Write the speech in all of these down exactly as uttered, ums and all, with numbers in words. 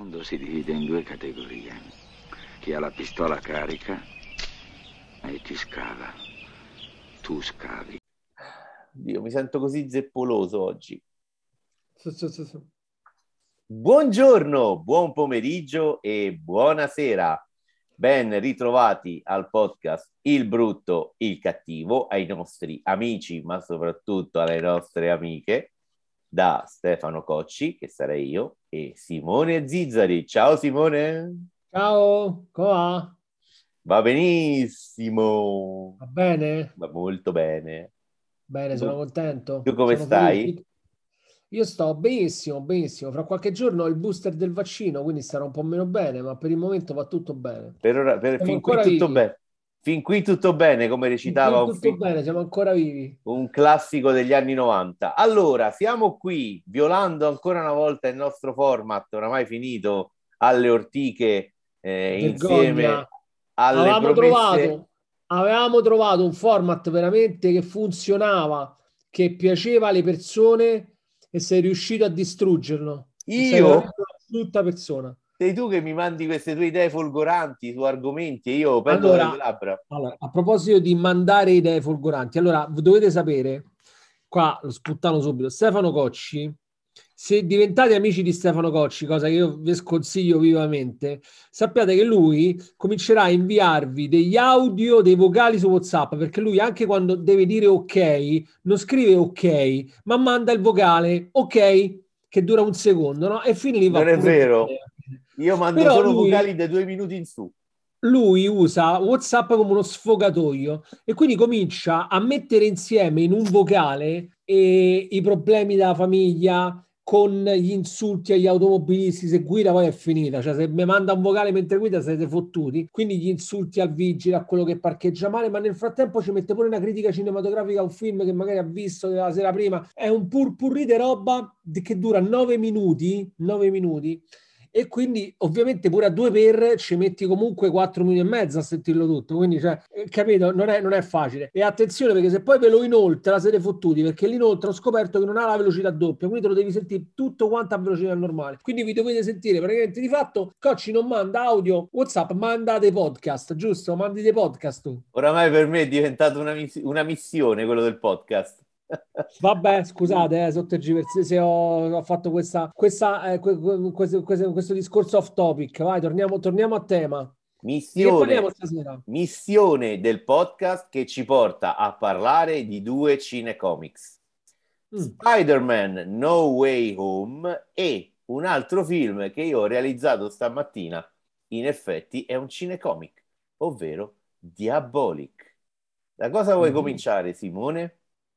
mondo si divide in due categorie. Chi ha la pistola carica e chi scava. Tu scavi. Dio, mi sento così zeppoloso oggi. Su, su, su, su. Buongiorno, buon pomeriggio e buonasera. Ben ritrovati al podcast Il Brutto, il Cattivo, ai nostri amici, ma soprattutto alle nostre amiche, da Stefano Cocci, che sarei io, e Simone Zizzari. Ciao Simone! Ciao, come va? Va benissimo! Va bene? Va molto bene. Bene, Tu, sono contento. tu come Sono stai? felice. Io sto benissimo, benissimo. Fra qualche giorno ho il booster del vaccino, quindi starò un po' meno bene, ma per il momento va tutto bene. Per ora, per, Siamo fin qui ancora tutto vivi. bene. Fin qui tutto bene, come Fin recitava qui un, tutto fi- bene, siamo ancora vivi. un classico degli anni novanta. Allora, siamo qui, violando ancora una volta il nostro format, oramai finito, alle ortiche, eh, insieme Vergogna. alle Avevamo promesse. trovato, avevamo trovato un format veramente che funzionava, che piaceva alle persone e sei riuscito a distruggerlo. Sei Io? veramente una brutta persona. Sei tu che mi mandi queste tue idee folgoranti su argomenti e io pendo dalle tue Allora, labbra. allora, a proposito di mandare idee folgoranti, allora dovete sapere, qua lo sputtano subito, Stefano Cocci, se diventate amici di Stefano Cocci, cosa che io vi sconsiglio vivamente, sappiate che lui comincerà a inviarvi degli audio, dei vocali su WhatsApp, perché lui anche quando deve dire ok, non scrive ok, ma manda il vocale ok, che dura un secondo, no? E fin lì va Non è pure vero. bene. Io mando Però solo lui vocali da due minuti in su. lui usa WhatsApp come uno sfogatoio e quindi comincia a mettere insieme in un vocale eh, i problemi della famiglia con gli insulti agli automobilisti. Se guida poi è finita, cioè se mi manda un vocale mentre guida siete fottuti, quindi gli insulti al vigile, a quello che parcheggia male, ma nel frattempo ci mette pure una critica cinematografica a un film che magari ha visto la sera prima. È un purpurri di roba che dura nove minuti, nove minuti, e quindi ovviamente pure a due per ci metti comunque quattro minuti e mezzo a sentirlo tutto, quindi cioè, eh, capito, non è, non è facile. E attenzione, perché se poi ve lo inoltra siete fottuti, perché l'inoltra ho scoperto che non ha la velocità doppia, quindi te lo devi sentire tutto quanto a velocità normale, quindi vi dovete sentire praticamente di fatto. Cocci non manda audio WhatsApp, manda dei podcast, giusto? Mandi dei podcast tu. Oramai per me è diventata una, miss- una missione quello del podcast. Vabbè, scusate, eh, sotto se ho, ho fatto questa, questa, eh, que- que- questo, questo, questo discorso off topic. Vai, torniamo, torniamo a tema. Di che parliamo Missione, stasera? missione del podcast che ci porta a parlare di due cinecomics. Mm. Spider-Man No Way Home e un altro film che io ho realizzato stamattina, in effetti è un cinecomic, ovvero Diabolic. Da cosa vuoi Mhm. cominciare, Simone?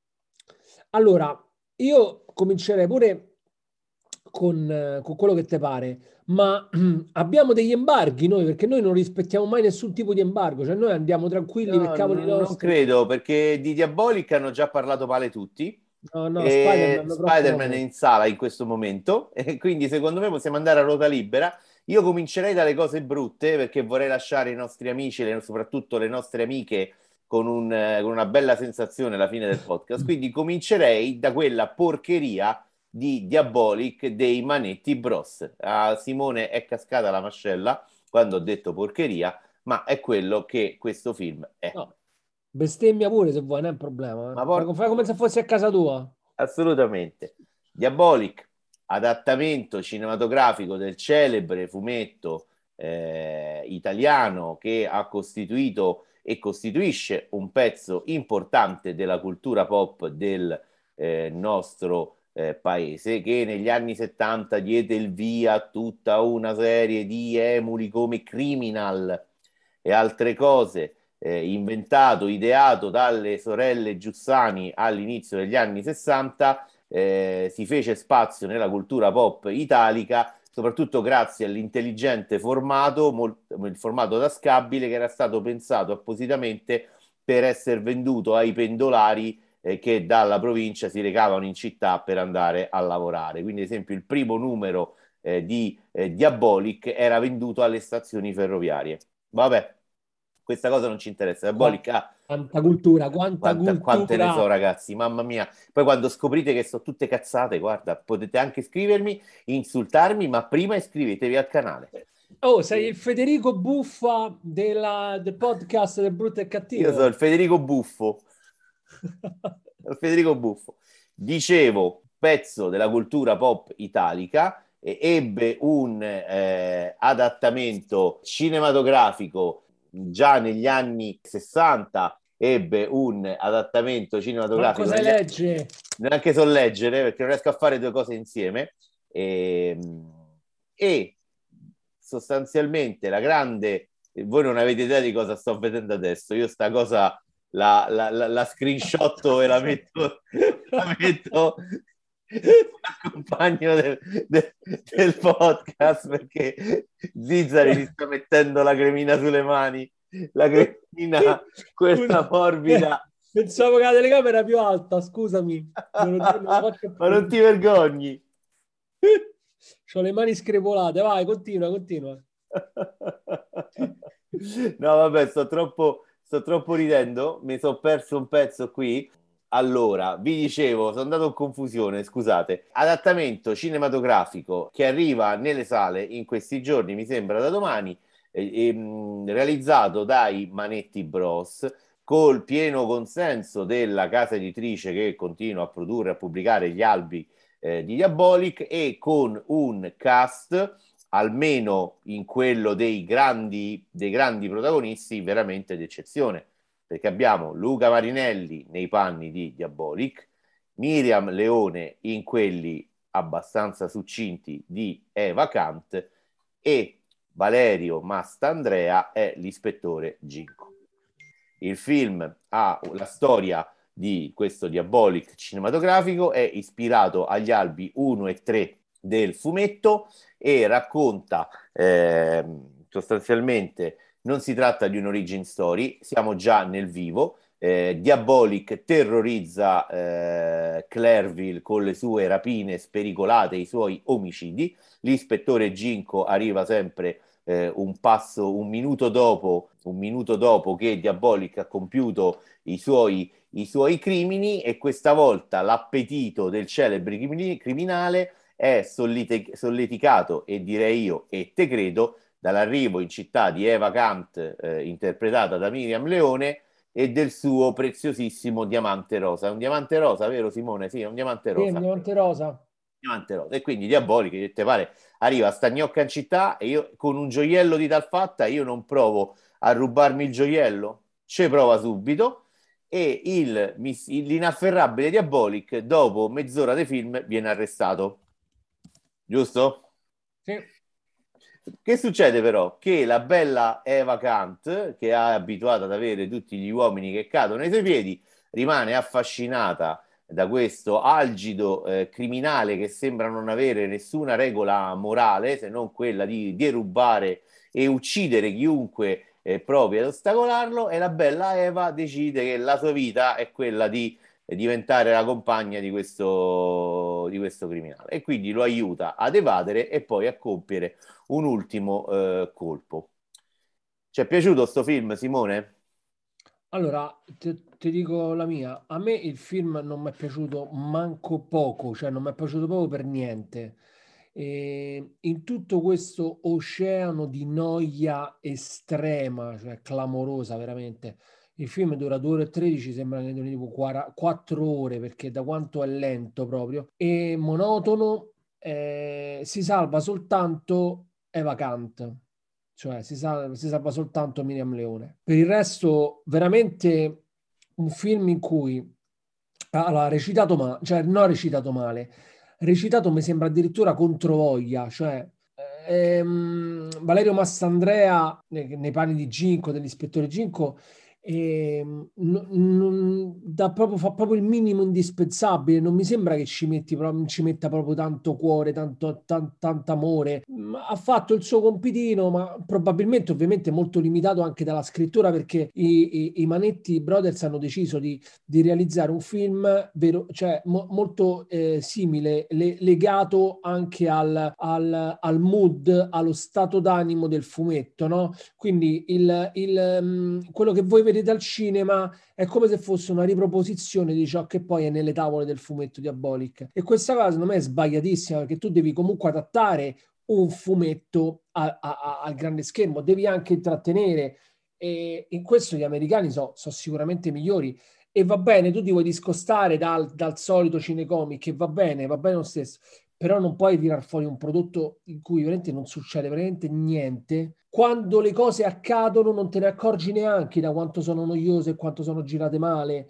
Allora, io comincerei pure con, eh, con quello che te pare, ma abbiamo degli embarghi noi, perché noi non rispettiamo mai nessun tipo di embargo, cioè noi andiamo tranquilli per No, cavoli n- non nostri. credo, perché di Diabolic hanno già parlato male tutti. No, no, E Spider-Man troppo Spider-Man è famoso. in sala in questo momento e quindi secondo me possiamo andare a ruota libera. Io comincerei dalle cose brutte perché vorrei lasciare i nostri amici, le- soprattutto le nostre amiche, con, un, eh, con una bella sensazione alla fine del podcast. Quindi comincerei da quella porcheria di Diabolic dei Manetti Bros. A Simone è cascata la mascella quando ho detto porcheria, ma è quello che questo film è. No, bestemmia pure se vuoi, non è un problema. Ma Eh. Fai, por- fai come se fossi a casa tua. Assolutamente. Diabolic, adattamento cinematografico del celebre fumetto eh, italiano che ha costituito e costituisce un pezzo importante della cultura pop del eh, nostro eh, paese, che negli anni settanta diede il via a tutta una serie di emuli come Criminal e altre cose, eh, inventato, ideato dalle sorelle Giussani all'inizio degli anni sessanta, eh, si fece spazio nella cultura pop italica, soprattutto grazie all'intelligente formato, molto, il formato tascabile che era stato pensato appositamente per essere venduto ai pendolari eh, che dalla provincia si recavano in città per andare a lavorare. Quindi, ad esempio, il primo numero eh, di eh, Diabolic era venduto alle stazioni ferroviarie. Vabbè, questa cosa non ci interessa. Va- Diabolic ha Quanta cultura, quanta, Quanta, cultura. Quante ne so, ragazzi, mamma mia. Poi quando scoprite che sono tutte cazzate, guarda, potete anche scrivermi, insultarmi, ma prima iscrivetevi al canale. Oh, sei il Federico Buffa della, del podcast del Brutto e Cattivo. Io sono il Federico Buffo. il Federico Buffo. Dicevo, pezzo della cultura pop italica, e ebbe un eh, adattamento cinematografico già negli anni sessanta, ebbe un adattamento cinematografico. Ma cosa legge? Neanche so leggere perché non riesco a fare due cose insieme. E, e sostanzialmente la grande, voi non avete idea di cosa sto vedendo adesso. Io sta cosa la, la, la, la screenshotto e la metto, la metto al compagno del, del, del podcast, perché Zizzari si sta mettendo la cremina sulle mani, la cremina quella morbida. Pensavo che la telecamera era più alta, scusami. Non lo, non lo ma non ti vergogni? C'ho le mani screpolate, vai, continua, continua. No, vabbè, sto troppo, sto troppo ridendo, mi sono perso un pezzo qui. Allora, vi dicevo, sono andato in confusione, scusate. Adattamento cinematografico che arriva nelle sale in questi giorni, mi sembra da domani, eh, eh, realizzato dai Manetti Bros, col pieno consenso della casa editrice che continua a produrre e a pubblicare gli albi eh, di Diabolic, e con un cast, almeno in quello dei grandi, dei grandi protagonisti, veramente d'eccezione, perché abbiamo Luca Marinelli nei panni di Diabolic, Miriam Leone in quelli abbastanza succinti di Eva Kant, e Valerio Mastandrea è l'ispettore Ginko. Il film ha la storia di questo Diabolic cinematografico, è ispirato agli albi uno e tre del fumetto e racconta eh, sostanzialmente, non si tratta di un origin story, siamo già nel vivo. eh, Diabolic terrorizza eh, Clairville con le sue rapine spericolate, i suoi omicidi. L'ispettore Ginko arriva sempre eh, un passo, un minuto dopo, un minuto dopo che Diabolic ha compiuto i suoi, i suoi crimini, e questa volta l'appetito del celebre criminale è sollite- solleticato, e direi io, e te credo, dall'arrivo in città di Eva Kant, eh, interpretata da Miriam Leone, e del suo preziosissimo diamante rosa. È un diamante rosa, vero Simone? Sì, è un diamante rosa. Sì, un diamante rosa. Diamante rosa. E quindi Diabolic, che te pare, arriva a sta gnocca in città, e io con un gioiello di tal fatta, io non provo a rubarmi il gioiello? Ce prova subito. E il, l'inafferrabile Diabolic, dopo mezz'ora di film, viene arrestato. Giusto? Sì. Che succede però? Che la bella Eva Kant, che è abituata ad avere tutti gli uomini che cadono ai suoi piedi, rimane affascinata da questo algido eh, criminale che sembra non avere nessuna regola morale se non quella di derubare e uccidere chiunque eh, provi ad ostacolarlo, e la bella Eva decide che la sua vita è quella di diventare la compagna di questo, di questo criminale, e quindi lo aiuta ad evadere e poi a compiere un ultimo eh, colpo. Ci è piaciuto sto film, Simone? Allora, ti, ti dico la mia. A me il film non mi è piaciuto manco poco, cioè non mi è piaciuto proprio per niente. E in tutto questo oceano di noia estrema, cioè clamorosa veramente. Il film dura due ore e tredici, sembra che duri tipo quattro ore, perché da quanto è lento proprio, e monotono, eh, si salva soltanto Eva Kant, cioè si salva, si salva soltanto Miriam Leone. Per il resto, veramente un film in cui allora, recitato male, cioè non recitato male, recitato mi sembra addirittura controvoglia, cioè ehm, Valerio Mastandrea nei, nei panni di Ginko, dell'ispettore Ginko, ehm, non- non- dà proprio, fa proprio il minimo indispensabile, non mi sembra che ci, metti, pro- ci metta proprio tanto cuore, tanto, tan- tanto amore. Mm, ha fatto il suo compitino, ma probabilmente ovviamente molto limitato anche dalla scrittura, perché i, i- i Manetti Brothers hanno deciso di di realizzare un film vero, cioè, mo, molto eh, simile, le, legato anche al, al, al mood, allo stato d'animo del fumetto, no? Quindi il, il, mh, quello che voi vedete al cinema è come se fosse una riproposizione di ciò che poi è nelle tavole del fumetto Diabolic. E questa cosa secondo me è sbagliatissima, perché tu devi comunque adattare un fumetto a, a, a, al grande schermo, devi anche intrattenere, e in questo gli americani sono so sicuramente migliori. E va bene, tu ti vuoi discostare dal, dal solito cinecomic, che va bene, va bene lo stesso, però non puoi tirar fuori un prodotto in cui veramente non succede veramente niente. Quando le cose accadono non te ne accorgi neanche da quanto sono noiose e quanto sono girate male.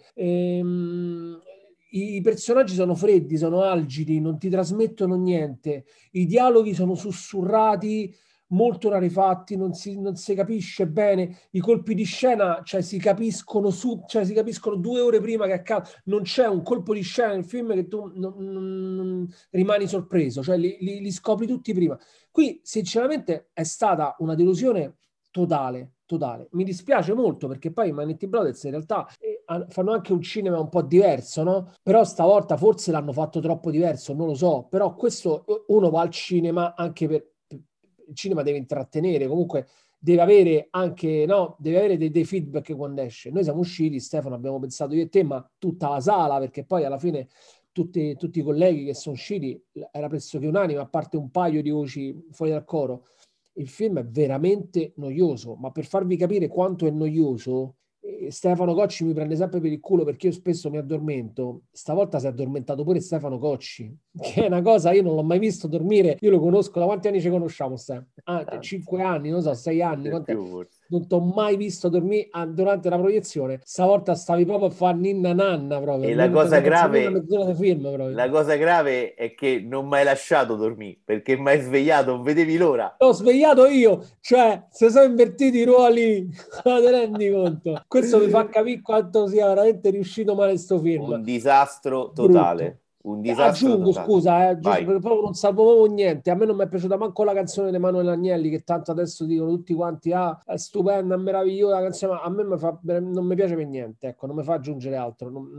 Ehm, i, i personaggi sono freddi, sono algidi, non ti trasmettono niente. I dialoghi sono sussurrati, molto rarefatti, non si, non si capisce bene. I colpi di scena, cioè, si capiscono su, cioè, si capiscono due ore prima che accade. Non c'è un colpo di scena nel film che tu non, non, non rimani sorpreso, cioè li, li, li scopri tutti prima. Qui, sinceramente, è stata una delusione totale, totale. Mi dispiace molto, perché poi i Manetti Brothers in realtà eh, fanno anche un cinema un po' diverso, no? Però stavolta forse l'hanno fatto troppo diverso, non lo so. Però questo, uno va al cinema anche per... il cinema deve intrattenere, comunque deve avere anche, no, deve avere dei, dei feedback quando esce. Noi siamo usciti, Stefano, abbiamo pensato io e te, ma tutta la sala, perché poi alla fine tutti, tutti i colleghi che sono usciti era pressoché unanime, a parte un paio di voci fuori dal coro. Il film è veramente noioso, ma per farvi capire quanto è noioso, eh, Stefano Cocci mi prende sempre per il culo, perché io spesso mi addormento. Stavolta si è addormentato pure Stefano Cocci, che è una cosa, io non l'ho mai visto dormire. Io lo conosco, da quanti anni ci conosciamo, sempre? Ah, cinque anni, non so, sei anni, non ti ho mai visto dormire durante la proiezione. Stavolta stavi proprio a fare ninna nanna proprio. E la cosa grave, film, la cosa grave è che non mi hai lasciato dormire, perché mi hai svegliato, non vedevi l'ora. L'ho svegliato io, cioè se sono invertiti i ruoli, te rendi conto? Questo mi fa capire quanto sia veramente riuscito male sto film. Un disastro totale. Brutto. Un disastro Aggiungo, totale. scusa, eh, giusto, proprio non salvo proprio niente. A me non mi è piaciuta manco la canzone di Emanuele Agnelli, che tanto adesso dicono tutti quanti, ah, è stupenda, è meravigliosa la canzone, ma a me mi fa, non mi piace per niente, ecco, non mi fa aggiungere altro. Non,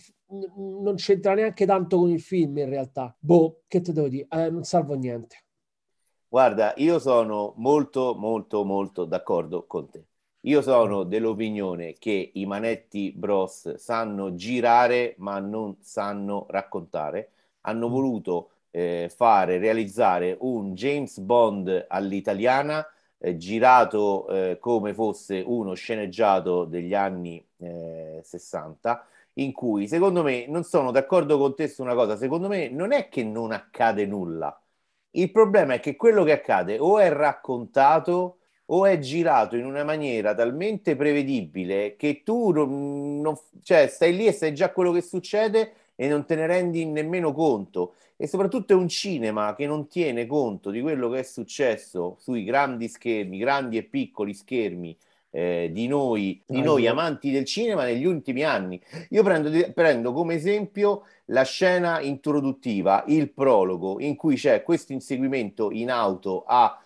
non, non c'entra neanche tanto con il film, in realtà. Boh, che te devo dire? Eh, non salvo niente. Guarda, io sono molto, molto, molto d'accordo con te. Io sono dell'opinione che i Manetti Bros sanno girare, ma non sanno raccontare. Hanno voluto eh, fare, realizzare un James Bond all'italiana, eh, girato eh, come fosse uno sceneggiato degli anni eh, sessanta, in cui, secondo me, non sono d'accordo con te su una cosa, secondo me non è che non accade nulla. Il problema è che quello che accade o è raccontato o è girato in una maniera talmente prevedibile che tu non, non, cioè, stai lì e sai già quello che succede e non te ne rendi nemmeno conto. E soprattutto è un cinema che non tiene conto di quello che è successo sui grandi schermi, grandi e piccoli schermi eh, di noi, di noi amanti del cinema negli ultimi anni. Io prendo, prendo come esempio la scena introduttiva, il prologo, in cui c'è questo inseguimento in auto a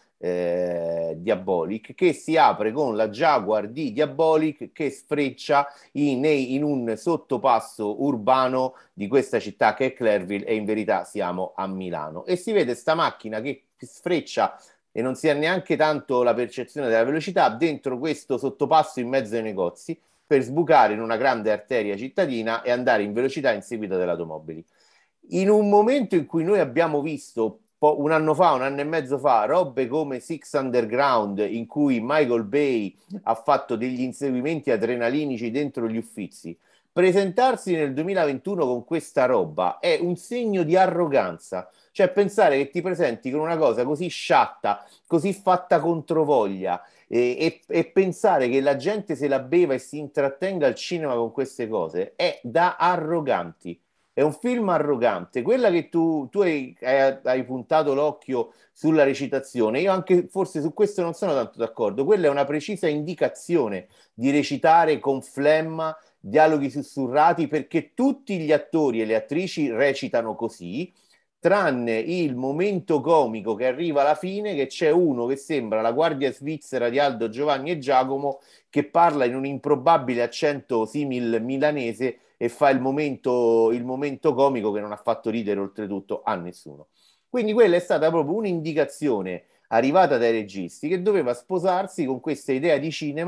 eh, Diabolic, che si apre con la Jaguar di Diabolic che sfreccia in, in un sottopasso urbano di questa città che è Clerville, e in verità siamo a Milano. E si vede sta macchina che sfreccia e non si ha neanche tanto la percezione della velocità dentro questo sottopasso in mezzo ai negozi, per sbucare in una grande arteria cittadina e andare in velocità inseguita dalle automobili. In un momento in cui noi abbiamo visto un anno fa, un anno e mezzo fa, robe come Six Underground, in cui Michael Bay ha fatto degli inseguimenti adrenalinici dentro gli Uffizi, presentarsi nel duemilaventuno con questa roba è un segno di arroganza. Cioè, pensare che ti presenti con una cosa così sciatta, così fatta controvoglia, e, e, e pensare che la gente se la beva e si intrattenga al cinema con queste cose è da arroganti. È un film arrogante. Quella che tu, tu hai, hai, hai puntato l'occhio sulla recitazione, io anche forse su questo non sono tanto d'accordo. Quella è una precisa indicazione di recitare con flemma, dialoghi sussurrati, perché tutti gli attori e le attrici recitano così, tranne il momento comico che arriva alla fine, che c'è uno che sembra la guardia svizzera di Aldo, Giovanni e Giacomo, che parla in un improbabile accento simil milanese e fa il momento, il momento comico che non ha fatto ridere oltretutto a nessuno. Quindi quella è stata proprio un'indicazione arrivata dai registi che doveva sposarsi con questa idea di cinema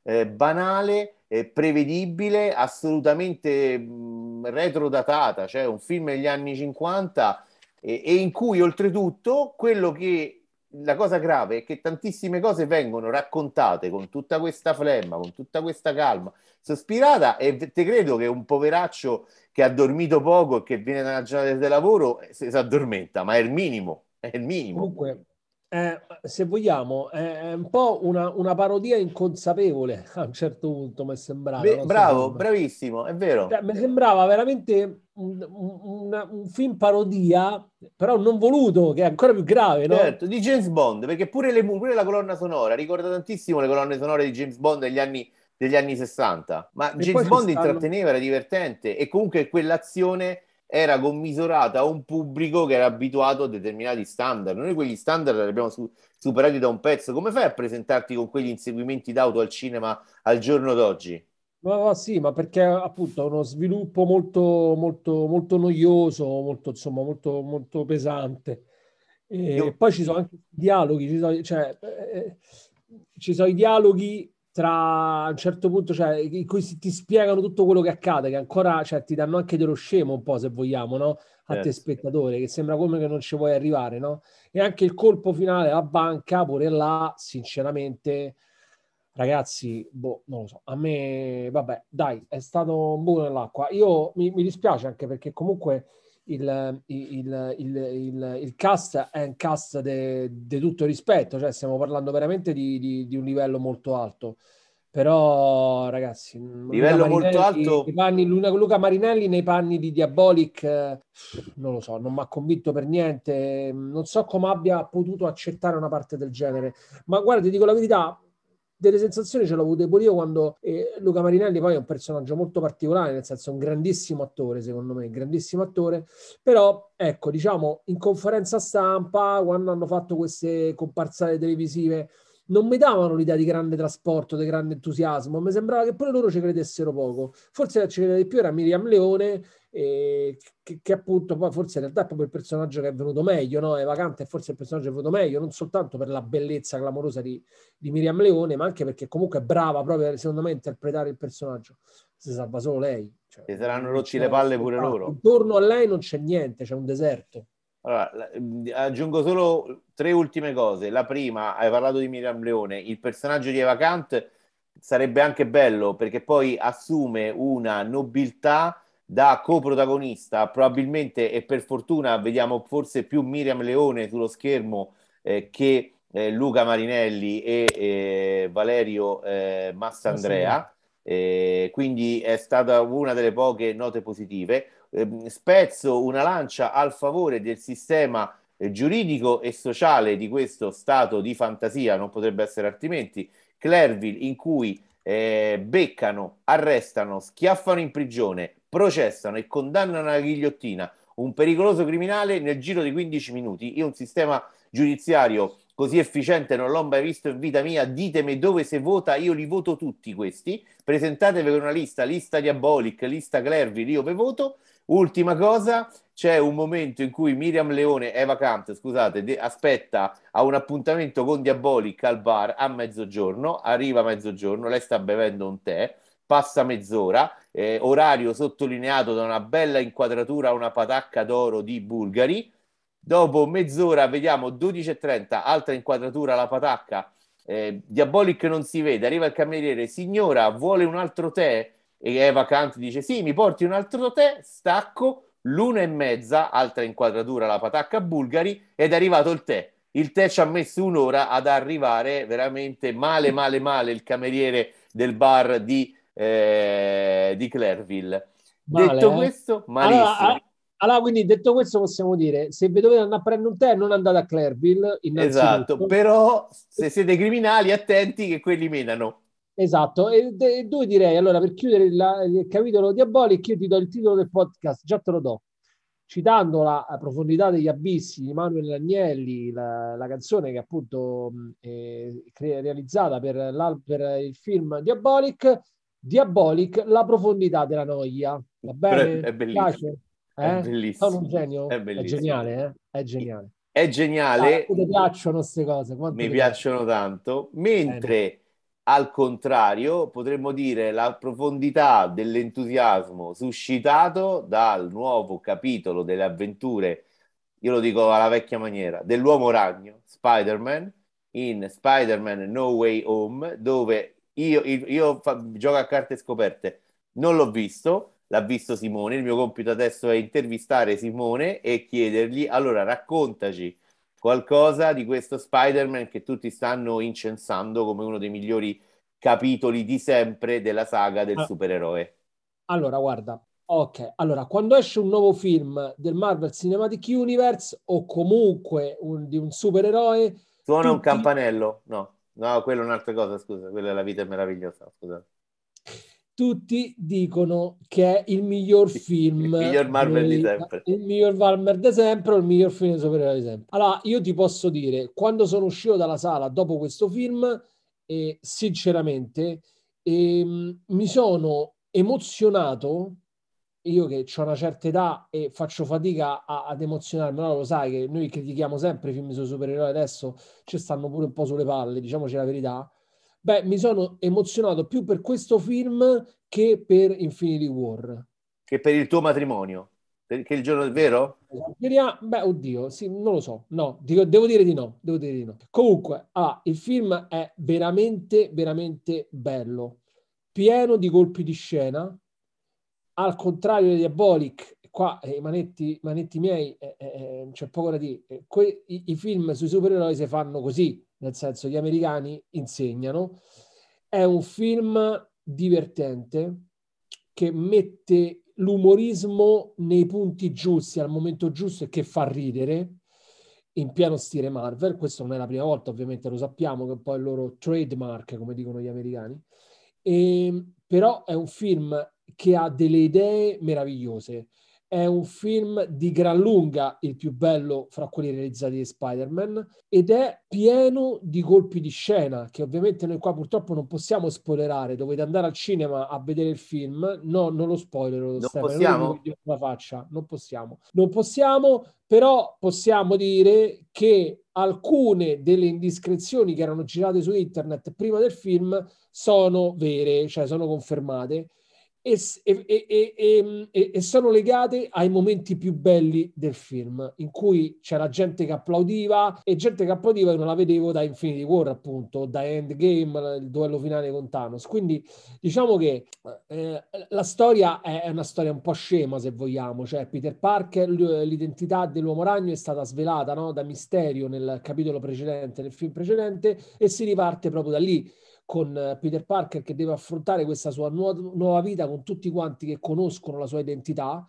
eh, banale, eh, prevedibile, assolutamente mh, retrodatata, cioè un film degli anni cinquanta e, e in cui oltretutto quello che la cosa grave è che tantissime cose vengono raccontate con tutta questa flemma, con tutta questa calma, sospirata, e te credo che un poveraccio che ha dormito poco e che viene da una giornata di lavoro eh, si si addormenta, ma è il minimo, è il minimo. Comunque, eh, se vogliamo, è un po' una, una parodia inconsapevole a un certo punto, mi è sembrato, Beh, non so se... bravo, bravissimo, è vero. Cioè, mi sembrava veramente un, un- un- un film parodia, però non voluto, che è ancora più grave, no? Certo, di James Bond, perché pure, le, pure la colonna sonora ricorda tantissimo le colonne sonore di James Bond degli anni, degli anni sessanta, ma E poi James ci Bond stanno... intratteneva, era divertente e comunque quell'azione era commisurata a un pubblico che era abituato a determinati standard. Noi quegli standard li abbiamo su- superati da un pezzo. Come fai a presentarti con quegli inseguimenti d'auto al cinema al giorno d'oggi? Ma, ma sì, ma perché appunto è uno sviluppo molto, molto, molto noioso, molto, insomma, molto, molto pesante. E Io, poi ci sono anche i dialoghi, ci sono, cioè, eh, ci sono i dialoghi tra a un certo punto, cioè, in cui si- ti spiegano tutto quello che accade, che ancora, cioè, ti danno anche dello scemo un po', se vogliamo, no? A te certo. spettatore, che sembra come che non ci vuoi arrivare, no? E anche il colpo finale, la banca, pure là, sinceramente, ragazzi, boh, non lo so. A me, vabbè, dai, è stato un buco nell'acqua. Io mi, mi dispiace anche perché comunque il, il, il, il, il cast è un cast di tutto rispetto, cioè stiamo parlando veramente di, di, di un livello molto alto. Però, ragazzi, Luca Livello molto Marinelli, nei alto. panni, Luca Marinelli nei panni di Diabolic, eh, non lo so, non mi ha convinto per niente. Non so come abbia potuto accettare una parte del genere. Ma guarda, ti dico la verità, delle sensazioni ce l'ho avute pure io quando eh, Luca Marinelli poi è un personaggio molto particolare, nel senso è un grandissimo attore, secondo me, un grandissimo attore, però ecco, diciamo, in conferenza stampa, quando hanno fatto queste comparsate televisive, non mi davano l'idea di grande trasporto, di grande entusiasmo, mi sembrava che pure loro ci credessero poco. Forse ci credeva di più era Miriam Leone, eh, che, che appunto poi forse in realtà è proprio il personaggio che è venuto meglio, no? Eva Kant è forse il personaggio che è venuto meglio, non soltanto per la bellezza clamorosa di, di Miriam Leone, ma anche perché comunque è brava proprio, secondo me, a interpretare il personaggio. Si salva solo lei. Cioè, Si saranno non rotti c'è, le palle pure loro. intorno a lei non c'è niente, c'è un deserto. Allora, la- aggiungo solo tre ultime cose. La prima, hai parlato di Miriam Leone, il personaggio di Eva Kant sarebbe anche bello perché poi assume una nobiltà da coprotagonista, probabilmente e per fortuna vediamo forse più Miriam Leone sullo schermo eh, che eh, Luca Marinelli e eh, Valerio eh, Massandrea. Eh, quindi è stata una delle poche note positive. Eh, spezzo una lancia al favore del sistema eh, giuridico e sociale di questo stato di fantasia, non potrebbe essere altrimenti, Clerville, in cui eh, beccano, arrestano, schiaffano in prigione, processano e condannano alla ghigliottina un pericoloso criminale nel giro di quindici minuti. Io un sistema giudiziario così efficiente non l'ho mai visto in vita mia. Ditemi dove si vota, io li voto tutti questi. Presentatevi con una lista, lista Diabolic, lista Clerville, io ve voto. Ultima cosa, c'è un momento in cui Miriam Leone, Eva Kant, scusate, de- aspetta a un appuntamento con Diabolic al bar a mezzogiorno, arriva a mezzogiorno, lei sta bevendo un tè, passa mezz'ora, eh, orario sottolineato da una bella inquadratura a una patacca d'oro di Bulgari. Dopo mezz'ora vediamo dodici e trenta, altra inquadratura alla patacca, eh, Diabolic non si vede, arriva il cameriere, signora, vuole un altro tè? E Eva Kant dice sì, mi porti un altro tè, stacco, l'una e mezza, altra inquadratura alla patacca Bulgari, ed è arrivato il tè. Il tè ci ha messo un'ora ad arrivare, veramente male, male, male il cameriere del bar di, eh, di Clerville. Detto Male, eh? questo, Allora, malissimo. a- allora, quindi detto questo possiamo dire, se vi dovete andare a prendere un tè, non andate a Clerville, Esatto, innanzitutto. però se siete criminali, attenti che quelli menano. Esatto, e, e due direi, allora, per chiudere il, il capitolo Diabolic, io ti do il titolo del podcast, già te lo do, citando la profondità degli abissi di Manuel Agnelli, la, la canzone che appunto mh, è cre- realizzata per, l'al- per il film Diabolic, Diabolic, la profondità della noia, va Però è, bene? è Ti bellissimo, piace? è Eh? Sono un bellissimo, genio? è È bellissimo. geniale, eh? È geniale. È Dai, a geniale, te ti piacciono queste cose, quanto mi ti piacciono? piacciono tanto, Bene. mentre al contrario, potremmo dire la profondità dell'entusiasmo suscitato dal nuovo capitolo delle avventure, io lo dico alla vecchia maniera, dell'Uomo Ragno, Spider-Man, in Spider-Man No Way Home, dove io, io, io fa, gioco a carte scoperte, non l'ho visto, l'ha visto Simone, il mio compito adesso è intervistare Simone e chiedergli, allora raccontaci qualcosa di questo Spider-Man che tutti stanno incensando come uno dei migliori capitoli di sempre della saga del Ah, supereroe. allora, guarda, ok, allora, quando esce un nuovo film del Marvel Cinematic Universe o comunque un- di un supereroe, Suona un tutti, campanello? No, no, quella è un'altra cosa, scusa, quella è La vita è meravigliosa, scusa. tutti dicono che è il miglior film, Il miglior Marvel di dei- sempre. il miglior Marvel di sempre o il miglior film di supereroi di sempre. Allora, io ti posso dire, quando sono uscito dalla sala dopo questo film, eh, sinceramente, ehm, mi sono emozionato. Io che ho una certa età e faccio fatica a- ad emozionarmi, no? Lo sai che noi critichiamo sempre i film sui supereroi, adesso ci stanno pure un po' sulle palle, diciamoci la verità. Beh, mi sono emozionato più per questo film che per Infinity War. Che per il tuo matrimonio, perché il giorno è vero? Esageriamo? Beh, oddio, sì, non lo so. No, dico- devo dire di no, devo dire di no. Comunque, ah, il film è veramente, veramente bello, pieno di colpi di scena. Al contrario di Diabolic, qua eh, i manetti, manetti miei, eh, eh, c'è poco da dire. Eh, que- i, I film sui supereroi si fanno così, nel senso gli americani insegnano. È un film divertente che mette l'umorismo nei punti giusti, al momento giusto e che fa ridere, in pieno stile Marvel. Questo non è la prima volta, ovviamente lo sappiamo, che è un po' il loro trademark, come dicono gli americani. E, però è un film che ha delle idee meravigliose. È un film di gran lunga il più bello fra quelli realizzati di Spider-Man ed è pieno di colpi di scena che ovviamente noi qua purtroppo non possiamo spoilerare. Dovete andare al cinema a vedere il film. No, non lo spoilerò, Non Stefano, non mi possiamo? voglio la faccia. Non possiamo. Non possiamo, però possiamo dire che alcune delle indiscrezioni che erano girate su internet prima del film sono vere, cioè sono confermate e, e, e, e, e sono legate ai momenti più belli del film, in cui c'era gente che applaudiva e gente che applaudiva e non la vedevo da Infinity War, appunto, da Endgame, il duello finale con Thanos. Quindi diciamo che eh, la storia è una storia un po' scema, se vogliamo, cioè Peter Parker, l'identità dell'Uomo Ragno è stata svelata, no, da Mysterio nel capitolo precedente, nel film precedente, e si riparte proprio da lì con Peter Parker che deve affrontare questa sua nu- nuova vita con tutti quanti che conoscono la sua identità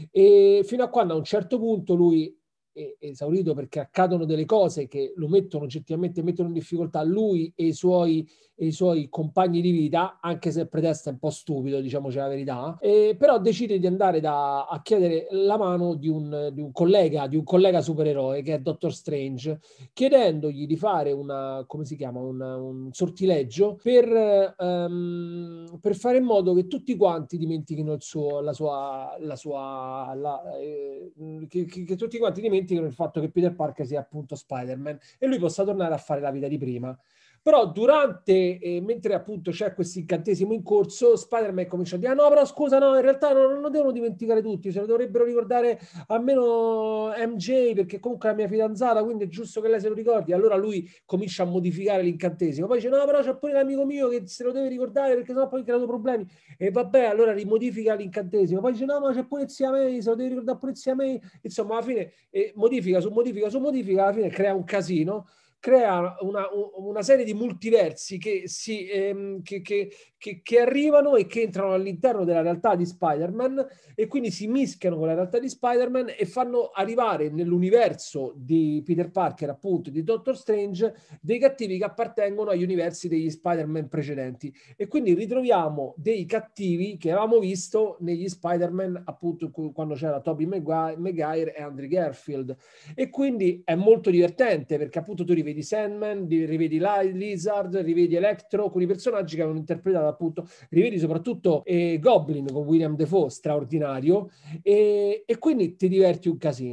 e fino a quando a un certo punto lui è esaurito perché accadono delle cose che lo mettono oggettivamente mettono in difficoltà lui e i suoi, e i suoi compagni di vita, anche se il pretesto è un po' stupido, diciamoci la verità, e però decide di andare da, a chiedere la mano di un, di un collega, di un collega supereroe che è Doctor Strange, chiedendogli di fare una, come si chiama, una, un sortileggio per, um, per fare in modo che tutti quanti dimentichino il suo, la sua, la sua, la, eh, che, che, che tutti quanti dimenticano il fatto che Peter Parker sia appunto Spider-Man e lui possa tornare a fare la vita di prima. Però durante, eh, mentre appunto c'è questo incantesimo in corso, Spider-Man comincia a dire: ah, no, però scusa, no, in realtà non, non lo devono dimenticare tutti, se lo dovrebbero ricordare almeno M J, perché comunque è la mia fidanzata, quindi è giusto che lei se lo ricordi. Allora lui comincia a modificare l'incantesimo. Poi dice: no, però c'è pure l'amico mio che se lo deve ricordare perché sennò poi creato problemi. E vabbè, allora rimodifica l'incantesimo. Poi dice: no, ma c'è pure zia May, se lo devi ricordare pure zia May. Insomma, alla fine eh, modifica su modifica su modifica, alla fine crea un casino, crea una, una serie di multiversi che, si, ehm, che, che, che, che arrivano e che entrano all'interno della realtà di Spider-Man e quindi si mischiano con la realtà di Spider-Man e fanno arrivare nell'universo di Peter Parker, appunto, di Doctor Strange, dei cattivi che appartengono agli universi degli Spider-Man precedenti. E quindi ritroviamo dei cattivi che avevamo visto negli Spider-Man, appunto, quando c'era Tobey Maguire e Andrew Garfield. E quindi è molto divertente perché appunto tu rivedi Sandman, rivedi Lizard, rivedi Electro con i personaggi che avevano interpretato appunto, rivedi soprattutto eh, Goblin con William Dafoe, straordinario, e, e quindi ti diverti un casino.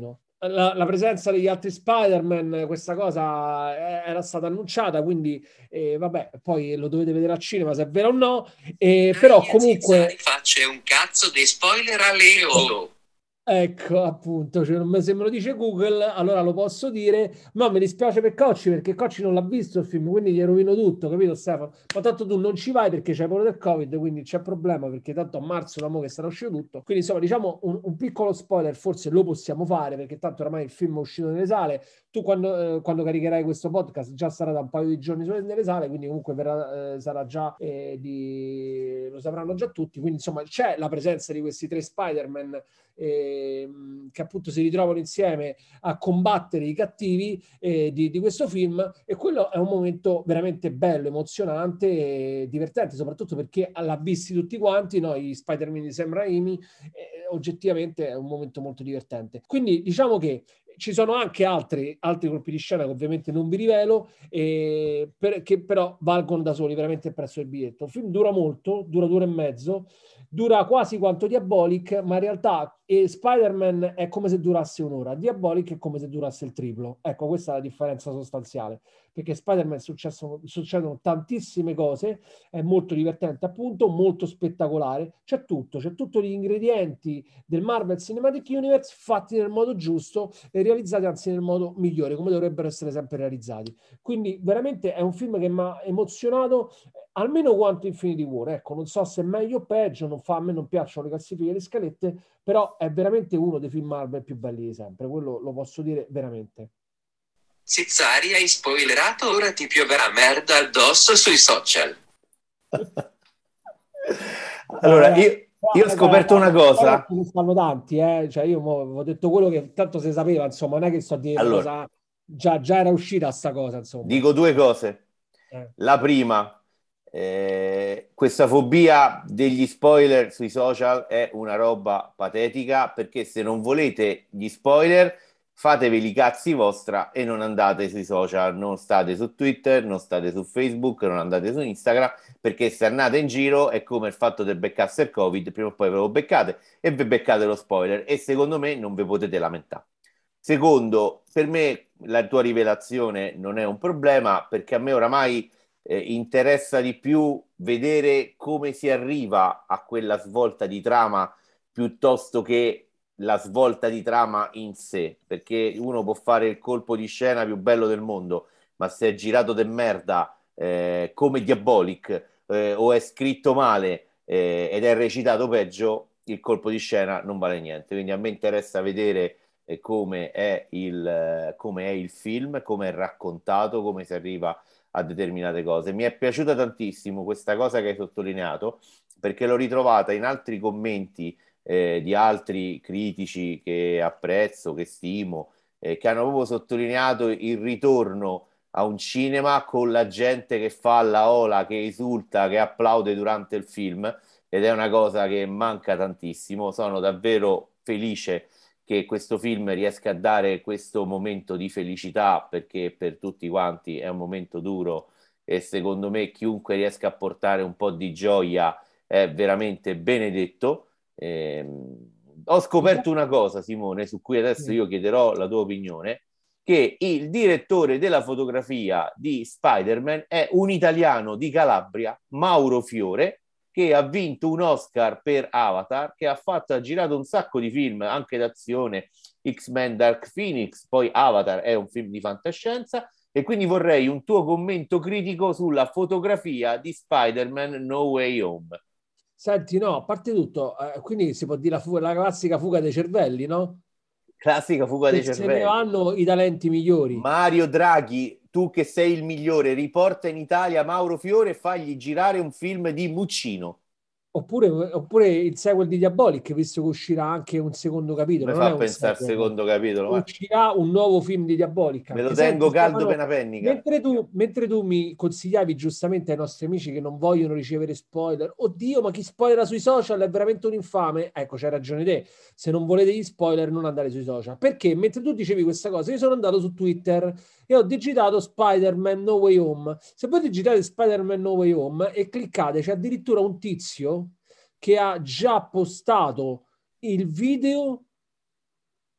la, la presenza degli altri Spider-Man, questa cosa era stata annunciata, quindi eh, vabbè, poi lo dovete vedere al cinema se è vero o no, eh, però comunque faccia un cazzo di spoiler a Leo. Ecco, appunto, cioè, non me- se me lo dice Google, allora lo posso dire, ma mi dispiace per Cocci perché Cocci non l'ha visto il film, quindi gli rovino tutto, capito Stefano? Ma tanto tu non ci vai perché c'hai paura del Covid, quindi c'è problema perché tanto a marzo da mo' che sarà uscito tutto. Quindi insomma, diciamo un, un piccolo spoiler forse lo possiamo fare perché tanto oramai il film è uscito nelle sale. Tu quando, eh, quando caricherai questo podcast già sarà da un paio di giorni solo nelle sale, quindi comunque verrà, eh, sarà già eh, di... lo sapranno già tutti. Quindi insomma c'è la presenza di questi tre Spider-Man eh, che appunto si ritrovano insieme a combattere i cattivi eh, di, di questo film, e quello è un momento veramente bello, emozionante e divertente, soprattutto perché l'ha visti tutti quanti, no? I Spider-Man di Sam Raimi, eh, oggettivamente è un momento molto divertente. Quindi diciamo che ci sono anche altri, altri colpi di scena che ovviamente non vi rivelo, eh, per, che però valgono da soli veramente il prezzo del biglietto. Il film dura molto, dura due ore e mezzo, dura quasi quanto Diabolic, ma in realtà eh, Spider-Man è come se durasse un'ora, Diabolic è come se durasse il triplo. Ecco, questa è la differenza sostanziale, perché Spider-Man succedono, succedono tantissime cose, è molto divertente appunto, molto spettacolare, c'è tutto, c'è tutti gli ingredienti del Marvel Cinematic Universe fatti nel modo giusto e realizzati anzi nel modo migliore, come dovrebbero essere sempre realizzati. Quindi veramente è un film che mi ha emozionato almeno quanto Infinity War. Ecco, non so se è meglio o peggio, non fa, a me non piacciono le classifiche e le scalette, però è veramente uno dei film Marvel più belli di sempre, quello lo posso dire veramente. Zizzari, hai spoilerato, ora ti pioverà merda addosso sui social. Allora, io, io ho scoperto una cosa. Ce ne stanno tanti, eh? Cioè io ho detto quello che tanto si sapeva, insomma, non è che sto a dire allora, cosa... già, già era uscita sta cosa, insomma. Dico due cose. Eh. La prima, eh, questa fobia degli spoiler sui social è una roba patetica, perché se non volete gli spoiler fatevi i cazzi vostra e non andate sui social, non state su Twitter, non state su Facebook, non andate su Instagram, perché se andate in giro è come il fatto del beccarsi il Covid, prima o poi ve lo beccate e vi beccate lo spoiler e secondo me non vi potete lamentare. Secondo, per me la tua rivelazione non è un problema, perché a me oramai eh, interessa di più vedere come si arriva a quella svolta di trama piuttosto che la svolta di trama in sé, perché uno può fare il colpo di scena più bello del mondo, ma se è girato de merda eh, come Diabolic eh, o è scritto male eh, ed è recitato peggio, il colpo di scena non vale niente. Quindi a me interessa vedere eh, come è il, eh, come è il film, come è raccontato, come si arriva a determinate cose. Mi è piaciuta tantissimo questa cosa che hai sottolineato, perché l'ho ritrovata in altri commenti Eh, di altri critici che apprezzo, che stimo, eh, che hanno proprio sottolineato il ritorno a un cinema con la gente che fa la ola, che esulta, che applaude durante il film, ed è una cosa che manca tantissimo. Sono davvero felice che questo film riesca a dare questo momento di felicità, perché per tutti quanti è un momento duro e secondo me chiunque riesca a portare un po' di gioia è veramente benedetto. Eh, ho scoperto una cosa, Simone, su cui adesso io chiederò la tua opinione, che il direttore della fotografia di Spider-Man è un italiano di Calabria, Mauro Fiore, che ha vinto un Oscar per Avatar, che ha fatto, ha girato un sacco di film anche d'azione, X-Men Dark Phoenix, poi Avatar è un film di fantascienza, e quindi vorrei un tuo commento critico sulla fotografia di Spider-Man No Way Home. Senti, no, a parte tutto, eh, quindi si può dire la, fu- la classica fuga dei cervelli, no? Classica fuga Che dei se cervelli. ne vanno i talenti migliori. Mario Draghi, tu che sei il migliore, riporta in Italia Mauro Fiore e fagli girare un film di Muccino. Oppure, oppure il sequel di Diabolic, visto che uscirà anche un secondo capitolo. Mi Non è fa un pensare al sequel, secondo capitolo. Ma... uscirà un nuovo film di Diabolic. me lo Anche. tengo Senti, caldo Stefano, per una pennica. mentre tu, mentre tu mi consigliavi giustamente ai nostri amici che non vogliono ricevere spoiler, oddio, ma chi spoilera sui social è veramente un infame. Ecco, c'hai ragione te. Se non volete gli spoiler, non andare sui social. Perché mentre tu dicevi questa cosa, io sono andato su Twitter e ho digitato Spider-Man No Way Home. Se voi digitate Spider-Man No Way Home e cliccate, c'è addirittura un tizio che ha già postato il video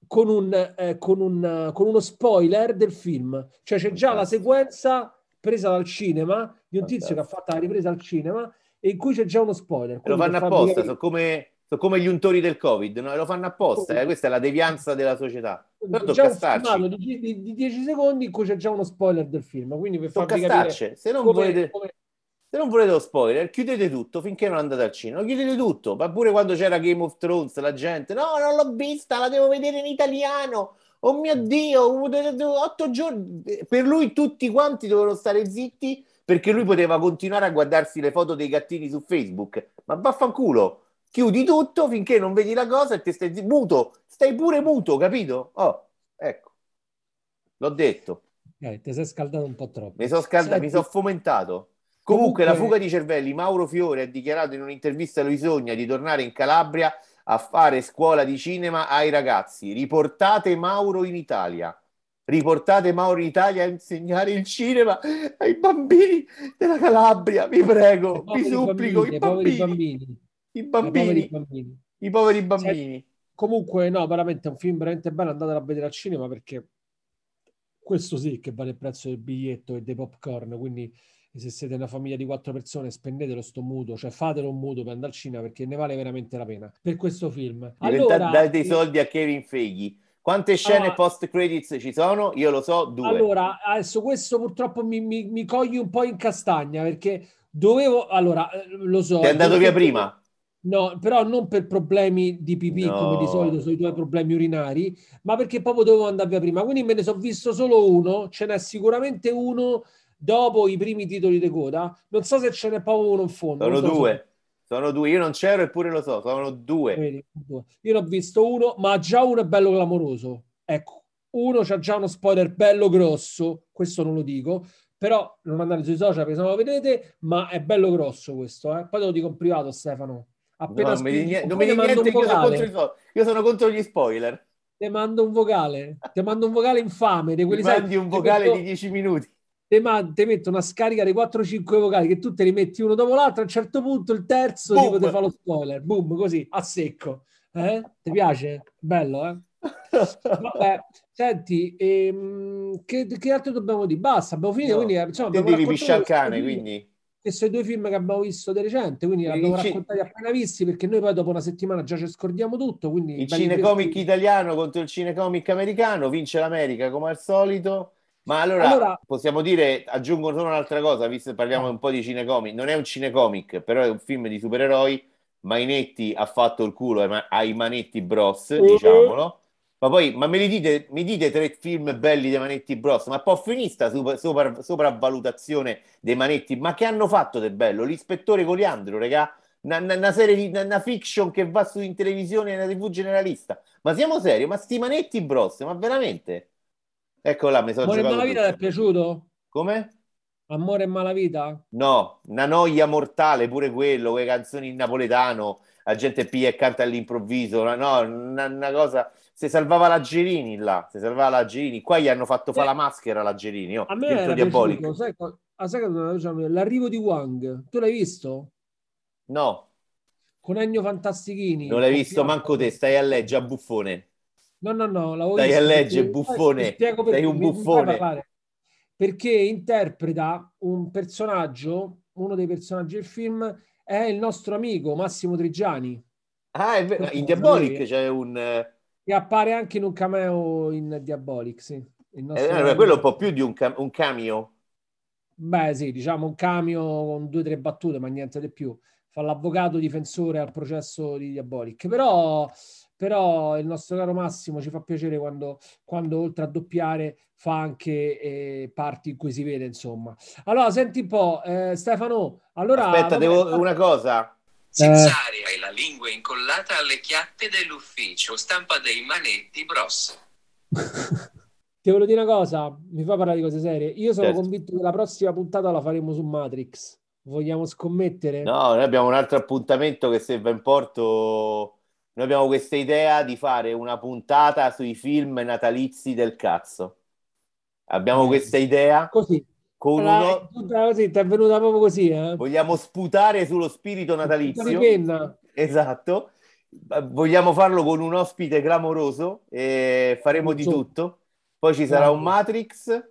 con, un, eh, con, un, con uno spoiler del film. Cioè c'è già la sequenza presa dal cinema di un tizio che ha fatto la ripresa al cinema e in cui c'è già uno spoiler. E lo fanno apposta, sono come, sono come gli untori del Covid, no? Lo fanno apposta, eh? Questa è la devianza della società. Però C'è già tocca un starci. filmato di, di, di dieci secondi in cui c'è già uno spoiler del film, quindi per Tocca farvi capire starci. Se non come, volete... come... Se non volete lo spoiler, chiudete tutto finché non andate al cinema. Chiudete tutto. Ma pure quando c'era Game of Thrones, la gente, no, non l'ho vista, la devo vedere in italiano. Oh mio Dio, otto giorni. Per lui tutti quanti dovevano stare zitti perché lui poteva continuare a guardarsi le foto dei gattini su Facebook. Ma vaffanculo, chiudi tutto finché non vedi la cosa e te stai zitto. Muto, stai pure muto, capito? Oh, ecco, l'ho detto. Eh, ti sei scaldato un po' troppo. Mi sono scaldato, mi sono fomentato. Comunque, Comunque, la fuga di cervelli, Mauro Fiore ha dichiarato in un'intervista a Luisogna di tornare in Calabria a fare scuola di cinema ai ragazzi. Riportate Mauro in Italia. Riportate Mauro in Italia a insegnare il cinema ai bambini della Calabria. Vi prego, vi supplico, i poveri bambini. I bambini, i poveri bambini. bambini. I poveri bambini. Comunque, no, veramente è un film veramente bello. Andatelo a vedere al cinema perché questo sì che vale il prezzo del biglietto e dei popcorn. Quindi, se siete una famiglia di quattro persone, spendetelo sto mutuo, cioè fatelo un mutuo per andare al cinema perché ne vale veramente la pena per questo film. Diventate, Allora, date i soldi a Kevin Feige. Quante scene allora, post credits ci sono? Io lo so, due. Allora, adesso questo purtroppo mi, mi, mi coglie un po' in castagna perché dovevo, allora, lo so. Sei andato via prima? No, però non per problemi di pipì, No. come di solito sono i tuoi problemi urinari, ma perché proprio dovevo andare via prima. Quindi me ne sono visto solo uno, ce n'è sicuramente uno dopo i primi titoli di coda. Non so se ce n'è proprio uno in fondo. Sono so, due. so. Sono due. Io non c'ero eppure lo so. Sono due. Vedi, io ne ho visto uno, ma già uno è bello clamoroso. Ecco, uno c'ha già uno spoiler bello grosso, questo non lo dico, però non andate sui social perché se non lo vedete, ma è bello grosso questo, eh. Poi te lo dico in privato, Stefano. Appena No, non mi spingi, di niente, non poi mi ti di mando niente un che io sono contro vocale. i so- io sono contro gli spoiler. Ti mando un vocale, ti mando un vocale infame, di Mi quelli, sai, mandi un ti vocale metto- di dieci minuti. Ti, ma- ti metto una scarica di quattro cinque vocali che tu te li metti uno dopo l'altro, a un certo punto il terzo Boom. tipo ti fa lo spoiler, boom, così, a secco. Eh? Ti piace? Bello, eh? Vabbè, senti, ehm, che, che altro dobbiamo dire? Basta, abbiamo finito, No, quindi eh, insomma, te abbiamo devi pisciare raccontato il cane, questi film, quindi... che sono i due film che abbiamo visto di recente, quindi li abbiamo Il ci- raccontati appena visti, perché noi poi dopo una settimana già ci scordiamo tutto, quindi Il belli cinecomic freschi. italiano contro il cinecomic americano, vince l'America come al solito. Ma allora, Allora, possiamo dire, aggiungo solo un'altra cosa, visto che parliamo vai. un po' di cinecomic. Non è un cinecomic, però è un film di supereroi. Mainetti ha fatto il culo ai, ma- ai Manetti Bros, diciamolo. Ma poi, ma me li dite, mi dite tre film belli dei Manetti Bros? Ma può finire sta super- sopra- sopravvalutazione dei Manetti? Ma che hanno fatto di bello? L'ispettore Coliandro, regà? Una, una- una serie di una, una fiction che va su in televisione nella T V generalista. Ma siamo seri? Ma sti Manetti Bros? Ma veramente? Ecco là, mi sono Amore e giocato Malavita ti tutto. è piaciuto? Come? Amore e Malavita? No, una noia mortale pure quello, quelle canzoni in napoletano, la gente piglia e canta all'improvviso, no, no, una, una cosa, si salvava la Gerini là, si salvava la Gerini, qua gli hanno fatto fare la maschera la Gerini, oh, A me dentro era Diabolic. piaciuto, sai, co- ah, sai cosa- diciamo, l'arrivo di Wang, tu l'hai visto? No, Con Ennio Fantastichini. non l'hai con visto Piaf. manco te, stai a leggere, a buffone, No, no, no, l'avevo stai a visto leggere, perché, ti buffone, spiego sei perché, un mi, mi fai buffone. parlare. Perché interpreta un personaggio, uno dei personaggi del film è il nostro amico Massimo Trigiani, Ah, è vero, questo in lo sapevi? Diabolic c'è un... eh, Che appare anche in un cameo in Diabolic, sì. Il nostro eh, caro quello è un amico. po' più di un, cam- un cameo. Beh, sì, diciamo un cameo con due o tre battute, ma niente di più. Fa l'avvocato difensore al processo di Diabolic. Però, però il nostro caro Massimo ci fa piacere quando, quando oltre a doppiare fa anche eh, parti in cui si vede, insomma. Allora, senti un po', eh, Stefano. Allora, Aspetta, vabbè, devo una cosa. Zizzaria e la lingua incollata alle chiappe dell'ufficio stampa dei Manetti Bros. ti volevo dire una cosa, mi fa parlare di cose serie. Io sono Certo. convinto che la prossima puntata la faremo su Matrix. Vogliamo scommettere? No, noi abbiamo un altro appuntamento che se va in porto. Noi abbiamo questa idea di fare una puntata sui film natalizi del cazzo. Abbiamo Eh, questa idea Così. con Allora, uno. così, ti è venuta proprio così, eh? Vogliamo sputare sullo spirito Un punto di natalizio. penna. Esatto. vogliamo farlo con un ospite clamoroso e faremo di tutto. Poi ci sarà un Matrix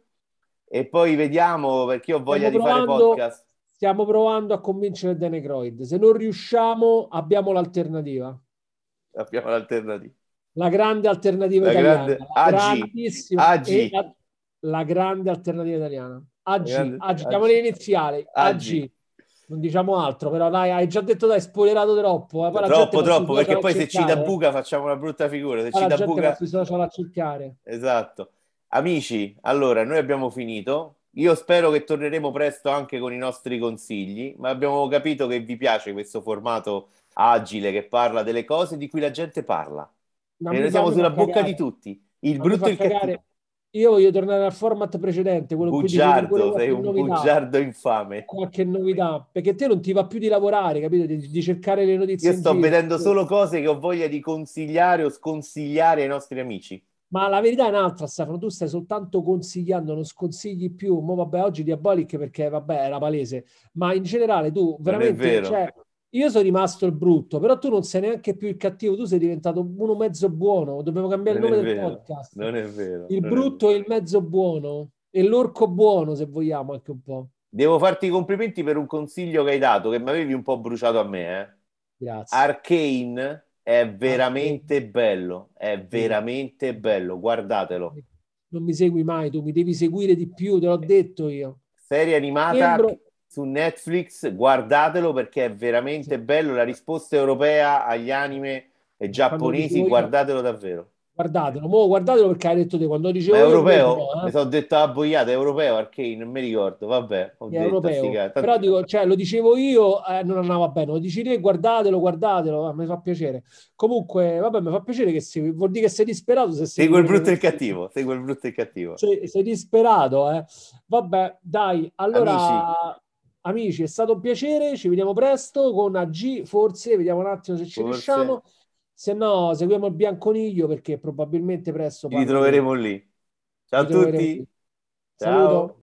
e poi vediamo, perché io ho voglia Stiamo di fare provando- podcast. Stiamo provando a convincere Danny Croyd. Se non riusciamo, abbiamo l'alternativa. Abbiamo l'alternativa. La grande alternativa La italiana. grande La A G. grandissima A G. e la, la grande alternativa italiana. A G. La grande- A G. A G. Diamo le iniziali. A A G. G. Non diciamo altro, però dai, hai già detto, dai, spoilerato troppo. eh. Poi la gente Troppo, va sui troppo, social perché a poi se ci cercare, dà eh. buca facciamo una brutta figura. Se Poi ci la dà gente buca... va sui social a cercare. Esatto. Amici, allora noi abbiamo finito. Io spero che torneremo presto anche con i nostri consigli, ma abbiamo capito che vi piace questo formato agile che parla delle cose di cui la gente parla. Ma E mi noi fa- siamo mi sulla fa bocca cagare. di tutti, il Ma mi brutto fa e il cattivo. cagare. Io voglio tornare al format precedente, quello in cui dicevi pure Bugiardo, sei qualche un novità. bugiardo infame. Qualche novità, perché te non ti va più di lavorare, capito? Di, di cercare le notizie Io in sto giro. vedendo solo cose che ho voglia di consigliare o sconsigliare ai nostri amici. Ma la verità è un'altra, Stefano, tu stai soltanto consigliando, non sconsigli più. Mo vabbè, oggi Diabolic perché vabbè, era palese, ma in generale tu veramente, vero. cioè, io sono rimasto il brutto, però tu non sei neanche più il cattivo, tu sei diventato uno mezzo buono, dobbiamo cambiare Non il è nome del vero, podcast. non è vero. Il non è brutto vero. e il mezzo buono, e l'orco buono, se vogliamo, anche un po'. Devo farti i complimenti per un consiglio che hai dato, che mi avevi un po' bruciato a me, eh. Grazie. Arcane è veramente bello, è veramente bello, guardatelo. Non mi segui mai, tu mi devi seguire di più, te l'ho detto io. Serie animata Sembro- su Netflix, guardatelo perché è veramente Sì. bello. La risposta europea agli anime e giapponesi, dicevo io- guardatelo davvero. Guardatelo, mo guardatelo perché hai detto te, quando Ma dicevo è io invece europeo? no, eh. Mi sono detto a boiata, è europeo Arcane, non mi ricordo, vabbè, ho È detto, europeo. sti cazzi. Tanto- Però dico, cioè, lo dicevo io, eh, non andava bene. Lo dici te, guardatelo, guardatelo, eh, mi fa piacere. Comunque, vabbè, mi fa piacere che sei, vuol dire che sei disperato se sei Segue il brutto e il cattivo, segue il brutto e il cattivo. Sei, sei disperato, eh. Vabbè, dai, allora Amici. amici, è stato un piacere, ci vediamo presto con A G, forse, vediamo un attimo se ci Forse. riusciamo. Se no, seguiamo il Bianconiglio perché probabilmente presto Ci parla di- ritroveremo lì. Ciao a ci troveremo tutti. lì. Ciao. Saluto.